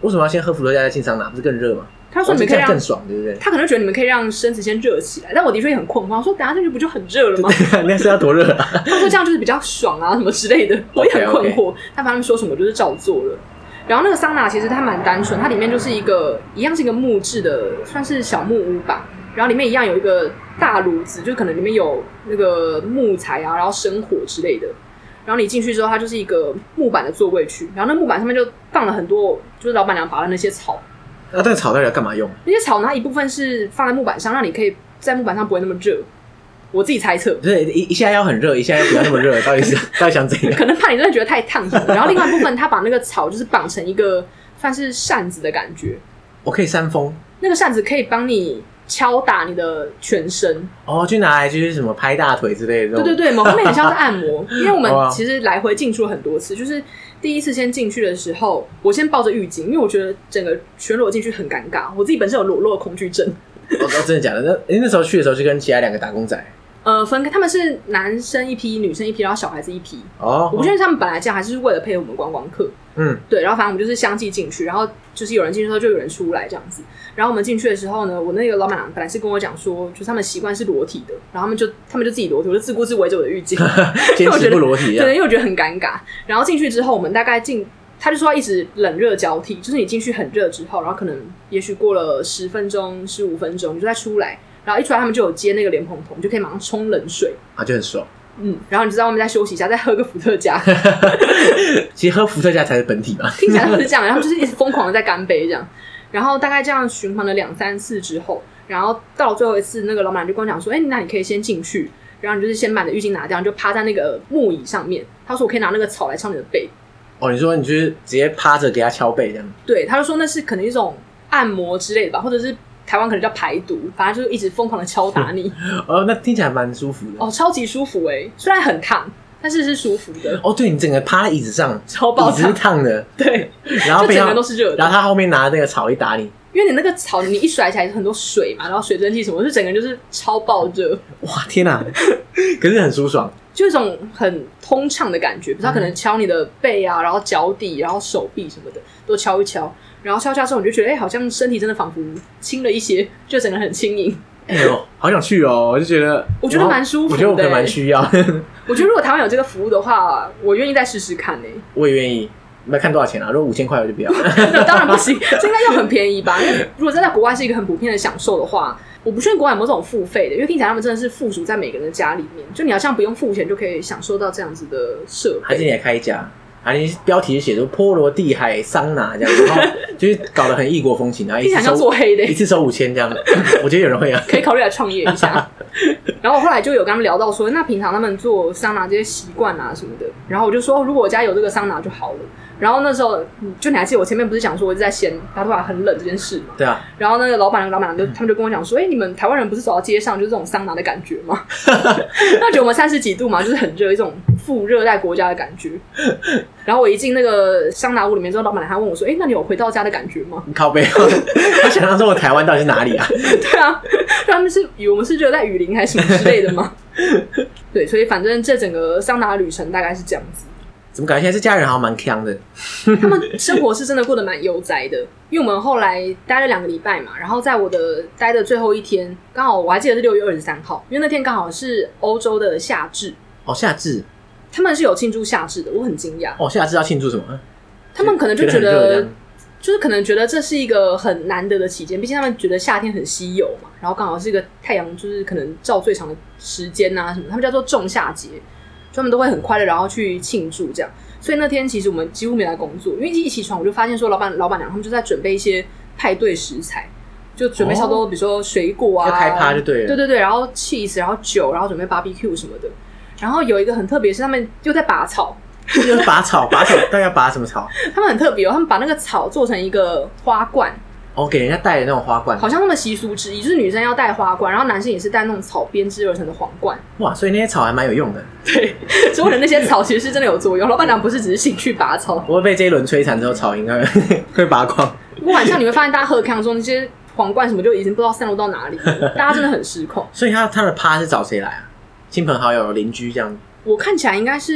为什么要先喝伏特加再进桑拿？不是更热吗？ 他说你们可以让更爽，对不对？ 他可能觉得你们可以让身子先热起来，但我的确也很困惑，说等下进去不就很热了吗？ 那是要多热啊？ 他说这样就是比较爽啊，什么之类的，我也很困惑。但反正他们说什么就是照做了。然后那个桑拿其实它蛮单纯，它里面就是一样是一个木质的，算是小木屋吧。然后里面一样有一个大炉子，就可能里面有那个木材啊，然后生火之类的。然后你进去之后，它就是一个木板的座位区，然后那木板上面就放了很多，就是老板娘拔的那些草。 那这个草到底要干嘛用？ 那些草呢，一部分是放在木板上，让你可以在木板上不会那么热。我自己猜测， 对，一下要很热，一下要不要那么热，到底想怎样？ 可能怕你真的觉得太烫什么的。然后另外一部分，他把那个草就是绑成一个算是扇子的感觉。 我可以扇风， 那个扇子可以帮你敲打你的全身。 哦，去拿来就是什么拍大腿之类的。 对对对，某方面很像是按摩。因为我们其实来回进出了很多次，就是第一次先进去的时候，我先抱着浴巾，因为我觉得整个全裸进去很尴尬。我自己本身有裸露的恐惧症。 哦，真的假的？那时候去的时候就跟其他2个打工仔。 分开，他们是男生一批，女生一批，然后小孩子一批。 哦， 我不确定他们本来这样还是为了配合我们观光客。 嗯，对。 然后反正我们就是相继进去，然后就是有人进去的时候就有人出来这样子。然后我们进去的时候呢，我那个老板娘本来是跟我讲说，就是他们习惯是裸体的，然后他们就自己裸体，我就自顾自围着我的浴巾， 坚持不裸体。 对，因为我觉得很尴尬。然后进去之后，我们大概他就说要一直冷热交替，就是你进去很热之后，然后可能也许过了10分钟、15分钟，你就再出来。然后一出来，他们就有接那个莲蓬头，你就可以马上冲冷水啊，就很爽。 然后你就在外面再休息一下，再喝个伏特加。 其实喝伏特加才是本体嘛， 听起来是这样，然后就是一直疯狂的在干杯这样。然后大概这样循环了2-3次之后，然后到了最后一次，那个老板就跟我讲说：“那你可以先进去，然后你就是先把你的浴巾拿掉，你就趴在那个木椅上面。”他说：“我可以拿那个草来敲你的背。” 哦，你说你就是直接趴着给他敲背这样？对， 他就说那是可能一种按摩之类的吧，或者是台湾可能叫排毒，反正就是一直疯狂的敲打你。 哦，那听起来蛮舒服的。 哦，超级舒服欸，虽然很烫，但是是舒服的。 哦，对，你整个趴在椅子上， 超爆烫， 椅子是烫的， 对， 然后就整个都是热的。 然后他后面拿那个草一打你， 因为你那个草你一甩起来很多水嘛，然后水蒸气什么，就整个人就是超爆热。 哇，天哪！可是很舒爽。 就一种很通畅的感觉，比如他可能敲你的背啊，然后脚底，然后手臂什么的都敲一敲，然后敲之后你就觉得好像身体真的仿佛轻了一些，就整个很轻盈。 哎呦，好想去哦！我就觉得蛮舒服的， 我觉得我可能蛮需要。 我觉得如果台湾有这个服务的话，我愿意再试试看呢。 我也愿意。那看多少钱啊？如果5000块我就不要。 当然不行，这应该要很便宜吧？因为如果在国外是一个很普遍的享受的话，我不确定国外有没有这种付费的，因为听起来他们真的是附属在每个人的家里面，就你好像不用付钱就可以享受到这样子的设备。 还是你来开一家？你标题写说波罗的海桑拿这样，然后就是搞得很异国风情，然后一次收5000这样。我觉得有人会啊， 可以考虑来创业一下。然后我后来就有跟他们聊到说，那平常他们做桑拿这些习惯啊什么的，然后我就说，如果我家有这个桑拿就好了。然后那时候就你还记得我前面不是讲说我一直在嫌巴图瓦很冷这件事吗？ 对啊。然后那个老板他们就跟我讲说，你们台湾人不是走到街上就是这种桑拿的感觉吗？那觉得我们30几度嘛，就是很热，一种副热带国家的感觉。然后我一进那个桑拿屋里面之后，老板还问我说：“那你有回到家的感觉吗？” 靠背，他想象中的台湾到底是哪里啊？ 对啊，他们是以为我们是热带雨林还是什么之类的吗？对，所以反正这整个桑拿旅程大概是这样子。 怎么感觉现在这家人好像蛮强的？ 他们生活是真的过得蛮悠哉的，因为我们后来待了2个礼拜嘛，然后在我的待的最后一天，刚好我还记得是6月23号，因为那天刚好是欧洲的夏至。 哦，夏至。 他们是有庆祝夏至的，我很惊讶。 哦，夏至要庆祝什么？ 他们可能就觉得就是可能觉得这是一个很难得的期间，毕竟他们觉得夏天很稀有嘛，然后刚好是一个太阳就是可能照最长的时间啊什么，他们叫做仲夏节，他们都会很快乐然后去庆祝这样。所以那天其实我们几乎没来工作，因为一起床我就发现说老板娘他们就在准备一些派对食材，就准备超多，比如说水果啊， 要开趴就对了， 对，然后 cheese， 然后酒，然后准备 barbecue 什么的。然后有一个很特别是他们又在拔草， 又拔草，大家要拔什么草？ 他们很特别他们把那个草做成一个花冠。 给人家戴的那种花冠， 好像他们习俗之一，就是女生要戴花冠，然后男生也是戴那种草编织而成的皇冠。 哇，所以那些草还蛮有用的。 对，所以的那些草其实是真的有作用。老板娘不是只是兴趣拔草， 不会被这一轮摧残之后，草应该会拔光。 不过晚上你会发现，大家喝康的时候，那些皇冠什么就已经不知道散落到哪里了，大家真的很失控。 所以他的趴是找谁来啊？亲朋好友、邻居这样？ 我看起来应该是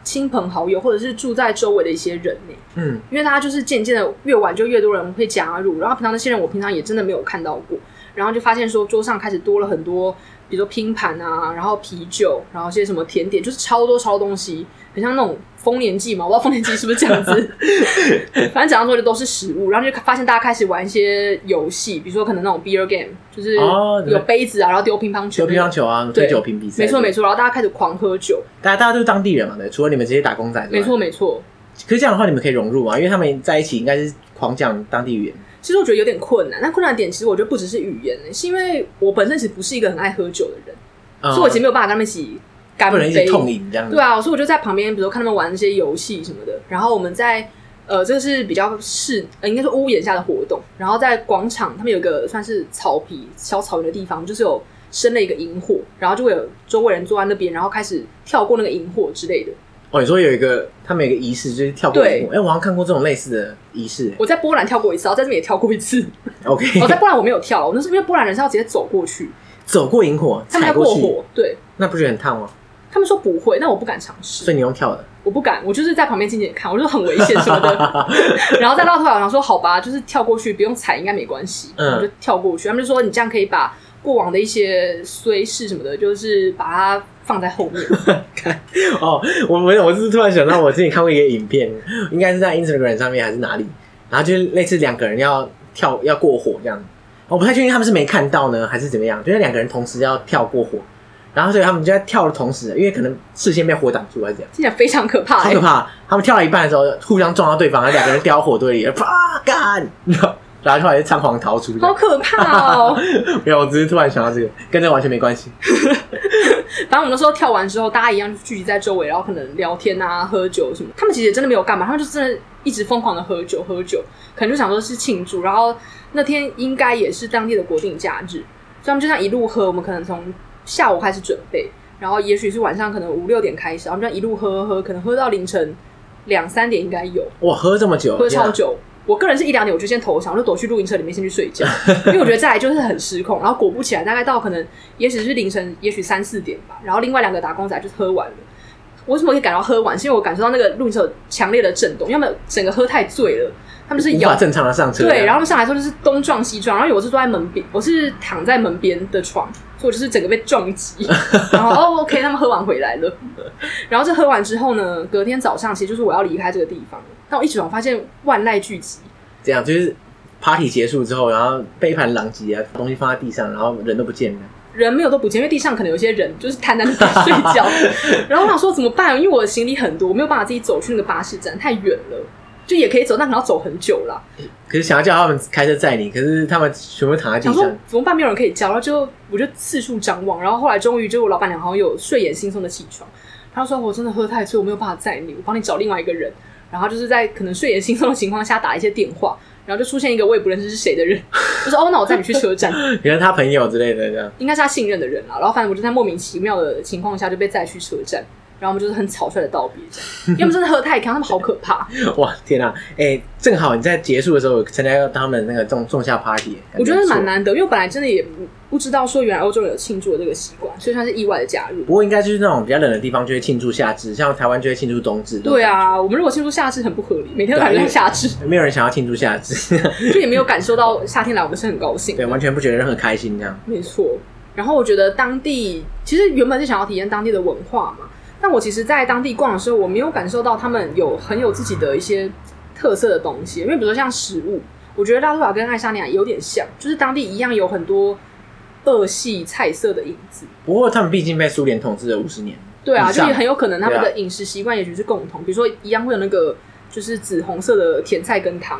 亲朋好友或者是住在周围的一些人呢。因为大家就是渐渐的越晚就越多人会加入，然后平常那些人我平常也真的没有看到过，然后就发现说桌上开始多了很多，比如说拼盘啊，然后啤酒，然后一些什么甜点，就是超多东西，很像那种丰年祭嘛，我不知道丰年祭是不是这样子反正整张桌就都是食物，然后就发现大家开始玩一些游戏，比如说可能那种 beer game， 就是有杯子啊，然后丢乒乓球啊，推酒瓶比赛， 没错，然后大家开始狂喝酒， 大家都是当地人嘛，对，除了你们这些打工仔， 没错。 可是这样的话，你们可以融入嘛？因为他们在一起应该是狂讲当地语言。 其实我觉得有点困难，但困难的点其实我觉得不只是语言，是因为我本身其实不是一个很爱喝酒的人，所以我其实没有办法跟他们一起干杯， 不能一起痛饮这样子。 对啊，所以我就在旁边，比如说看他们玩一些游戏什么的，然后我们在这个是比较应该说屋檐下的活动，然后在广场他们有一个算是小草原的地方，就是有生了一个萤火，然后就会有周围人坐在那边，然后开始跳过那个萤火之类的。 你说他们有一个仪式，就是跳过萤火。我好像看过这种类似的仪式。 我在波兰跳过一次，然后在这边也跳过一次。 OK， 我在波兰我没有跳，我那是因为波兰人是要直接走过去， 走过萤火， 他们要过火，对， 那不觉得很烫吗？ 他们说不会，但我不敢尝试。 所以你用跳的？ 我不敢，我就是在旁边静静看，我就很危险什么的。然后在拉脱维亚，我想说好吧，就是跳过去，不用踩应该没关系，我就跳过去。他们就说你这样可以把过往的一些衰事什么的，就是把它放在后面。 我是突然想到，我之前看过一个影片，应该是在 Instagram 上面还是哪里，然后就是类似两个人要过火这样。我不太确定他们是没看到呢，还是怎么样，就是两个人同时要跳过火。然后所以他们就在跳的同时，因为可能视线被火挡住还是这样， 听起来非常可怕， 超可怕。他们跳到一半的时候，互相撞到对方，然后两个人掉到火堆里，啪干，然后后来就仓皇逃出， 好可怕哦！ 没有，我只是突然想到这个，跟这完全没关系。 反正我们那时候跳完之后，大家一样聚集在周围，然后可能聊天啊、喝酒什么。他们其实也真的没有干嘛，他们就真的一直疯狂的喝酒，可能就想说是庆祝。然后那天应该也是当地的国定假日，所以他们就这样一路喝。我们可能从下午开始准备，然后也许是晚上可能5、6点开始，然后就这样一路喝，可能喝到凌晨2、3点应该有。 哇，喝这么久， 喝超久。我个人是1、2点我就先投降，我就躲去露营车里面先去睡觉，因为我觉得再来就是很失控。然后果不其然，大概到可能也许是凌晨，也许3、4点吧。然后另外2个打工仔就是喝完了。我为什么可以感到喝完？是因为我感受到那个露营车强烈的震动，要么整个喝太醉了，他们就是无法正常的上车。 对，然后他们上来之后就是东撞西撞，然后我是坐在门边，我是躺在门边的床，所以我就是整个被撞击。然后OK， 他们喝完回来了。然后这喝完之后呢，隔天早上其实就是我要离开这个地方，但我一起床发现万籁俱寂。 这样就是 party 结束之后，然后杯盘狼藉啊，东西放在地上，然后人都不见了。 人没有都不见，因为地上可能有些人就是瘫在那边睡觉。然后我想说怎么办？因为我的行李很多，我没有办法自己走去那个巴士站，太远了。就也可以走，但可能要走很久啦。 可是想要叫他们开车载你，可是他们全部躺在地上， 想说怎么办？没有人可以叫，然后我就四处张望，然后后来终于就我老板娘好像有睡眼惺忪的起床，她说我真的喝太醉，我没有办法载你，我帮你找另外一个人。然后就是在可能睡眼惺忪的情况下打一些电话，然后就出现一个我也不认识是谁的人，就说那我载你去车站， 可能他朋友之类的这样， 应该是他信任的人啦。然后反正我就在莫名其妙的情况下就被载去车站。然后我们就是很草率的道别，因为他们真的喝太康，他们好可怕。 哇，天啊！正好你在结束的时候参加到他们那个仲夏 party， 我觉得蛮难得，因为我本来真的也不知道说原来欧洲人有庆祝的这个习惯，所以算是意外的加入。 不过应该就是那种比较冷的地方就会庆祝夏至，像台湾就会庆祝冬至。 对啊，我们如果庆祝夏至很不合理，每天都感觉夏至， 没有人想要庆祝夏至， 就也没有感受到夏天来我们是很高兴， 对，完全不觉得任何开心这样。 没错。然后我觉得当地其实原本是想要体验当地的文化嘛。但我其实在当地逛的时候，我没有感受到他们很有自己的一些特色的东西，因为比如说像食物，我觉得拉脱维亚跟爱沙尼亚有点像，就是当地一样有很多俄系菜色的影子。 不过他们毕竟被苏联统治了50年， 对啊，就也很有可能他们的饮食习惯也许是共同，比如说一样会有那个就是紫红色的甜菜根汤，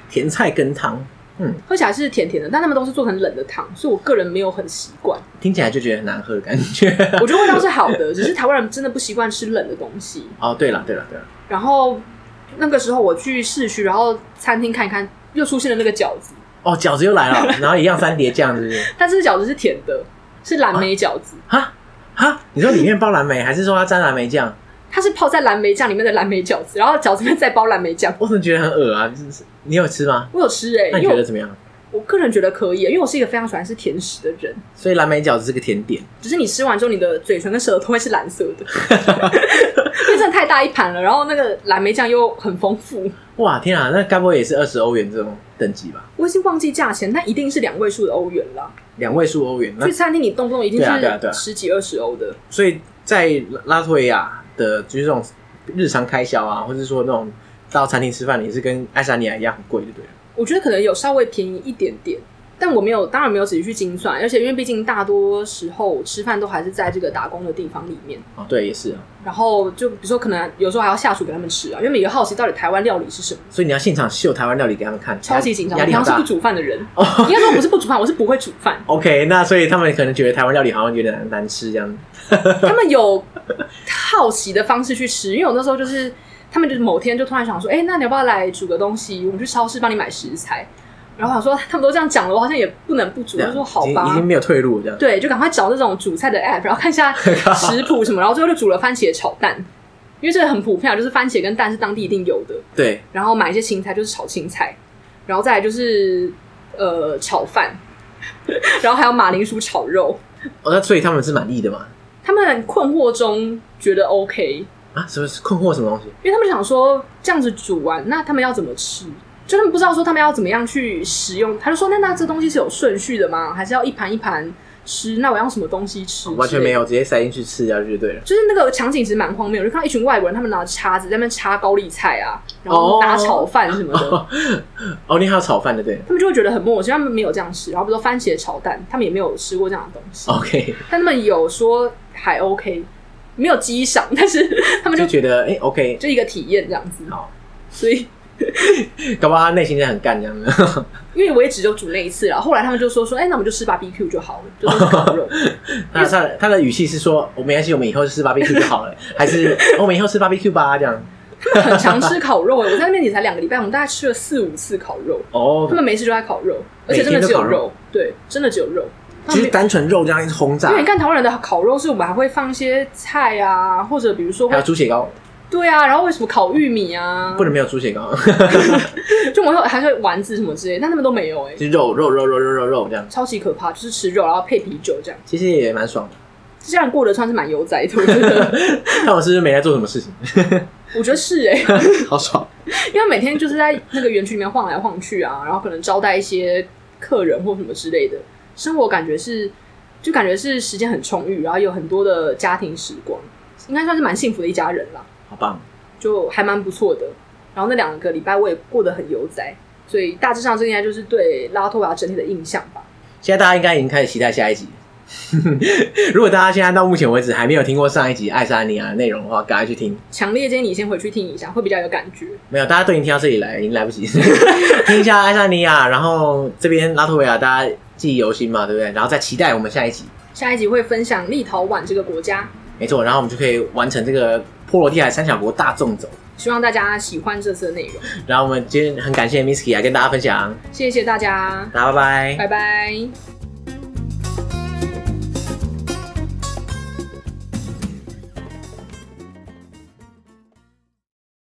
喝起来是甜甜的，但他们都是做成冷的汤，所以我个人没有很习惯， 听起来就觉得很难喝的感觉。 我觉得味道是好的，只是台湾人真的不习惯吃冷的东西。 哦，对了。 然后那个时候我去市区，然后餐厅看一看，又出现了那个饺子。 哦，饺子又来了，然后一样3碟酱，是不是？ 但是饺子是甜的，是蓝莓饺子。 哈，你说里面包蓝莓，还是说它沾蓝莓酱？ 它是泡在蓝莓酱里面的蓝莓饺子，然后饺子里面再包蓝莓酱。 我怎么觉得很恶啊？你有吃吗？ 我有吃那你觉得怎么样？ 我个人觉得可以，因为我是一个非常喜欢吃甜食的人， 所以蓝莓饺子是个甜点， 只是你吃完之后，你的嘴唇跟舌头会是蓝色的，因为真的太大一盘了，然后那个蓝莓酱又很丰富。 哇，天啊，那该不会也是20欧元这种等级吧？ 我已经忘记价钱，但一定是2位数的欧元啦。 2位数欧元，那去餐厅你动不动一定是对啊 10几20欧的。 所以在拉脱维亚的就是这种日常开销啊，或者说那种到餐厅吃饭，也是跟爱沙尼亚一样很贵，对不对了？ 我觉得可能有稍微便宜一点点，但我当然没有仔细去精算，而且因为毕竟大多时候吃饭都还是在这个打工的地方里面。 哦，对，也是啊。 然后就比如说可能有时候还要下厨给他们吃啊，因为每个好奇到底台湾料理是什么， 所以你要现场秀台湾料理给他们看， 超级紧张。 压力好大。 我平常是不煮饭的人，应该说我不是不煮饭，我是不会煮饭。 OK， 那所以他们可能觉得台湾料理好像有点难吃这样。 他们有好奇的方式去吃，因为我那时候就是他们就是某天就突然想说，那你要不要来煮个东西？我们去超市帮你买食材。然后我想说他们都这样讲了，我好像也不能不煮，就说好吧， 已经没有退路这样。 对，就赶快找那种煮菜的 app， 然后看一下食谱什么，然后最后就煮了番茄炒蛋，因为这个很普遍，就是番茄跟蛋是当地一定有的。 对， 然后买一些青菜，就是炒青菜，然后再来就是炒饭，然后还有马铃薯炒肉。 哦，那所以他们是满意的嘛？ 他们很困惑中觉得 OK 啊？什么困惑什么东西？ 因为他们想说这样子煮完，那他们要怎么吃？就他们不知道说他们要怎么样去食用，他就说那这东西是有顺序的吗？还是要一盘一盘吃？那我要用什么东西吃？ 完全没有，直接塞进去吃下去就对了。 就是那个场景其实蛮荒谬，就看到一群外国人，他们拿叉子在那边插高丽菜啊，然后拿炒饭什么的。 哦，你还有炒饭的对？ 他们就会觉得很莫名，他们没有这样吃。然后比如说番茄炒蛋，他们也没有吃过这样的东西。 OK， 但他们有说还 OK， 没有激赏，但是他们就觉得OK， 就一个体验这样子。 好， 所以。 搞不好他内心真的很干这样子， 因为我也只有煮那一次了。后来他们就说，那我们就吃 BBQ 就好了，就是烤肉。 那他的语气是说，没关系，我们以后吃 BBQ 就好了，还是我们以后吃 BBQ 吧？这样。 他们很常吃烤肉，我在那边也才2个礼拜，我们大概吃了4、5次烤肉。 哦， 他们没事就在烤肉，而且真的只有肉，对，真的只有肉。 就是单纯肉这样一直轰炸。 因为你看台湾人的烤肉是我们还会放一些菜啊，或者比如说还有猪血糕。 对啊，然后为什么烤玉米啊？ 不能没有猪血糕， 就我们还会丸子什么之类的，但他们都没有就是肉这样， 超级可怕，就是吃肉然后配啤酒这样， 其实也蛮爽的。 这样过得算是蛮悠哉的，我觉得。 但我是不是没在做什么事情？ 我觉得是好爽， 因为每天就是在那个园区里面晃来晃去啊，然后可能招待一些客人或什么之类的，生活感觉是时间很充裕，然后有很多的家庭时光，应该算是蛮幸福的一家人啦。 好棒， 就还蛮不错的。然后那2个礼拜我也过得很悠哉，所以大致上这应该就是对拉脱维亚整体的印象吧。 现在大家应该已经开始期待下一集。如果大家现在到目前为止还没有听过上一集爱沙尼亚的内容的话，赶快去听。 强烈建议你先回去听一下，会比较有感觉。 没有，大家都已经听到这里来，已经来不及。听一下爱沙尼亚，然后这边拉脱维亚大家记忆犹新嘛，对不对？然后再期待我们下一集。 下一集会分享立陶宛这个国家。 没错，然后我们就可以完成这个波罗的海3小国大纵走。 希望大家喜欢这次的内容。 然后我们今天很感谢 Misky 来跟大家分享， 谢谢大家， 大家拜拜， 拜拜。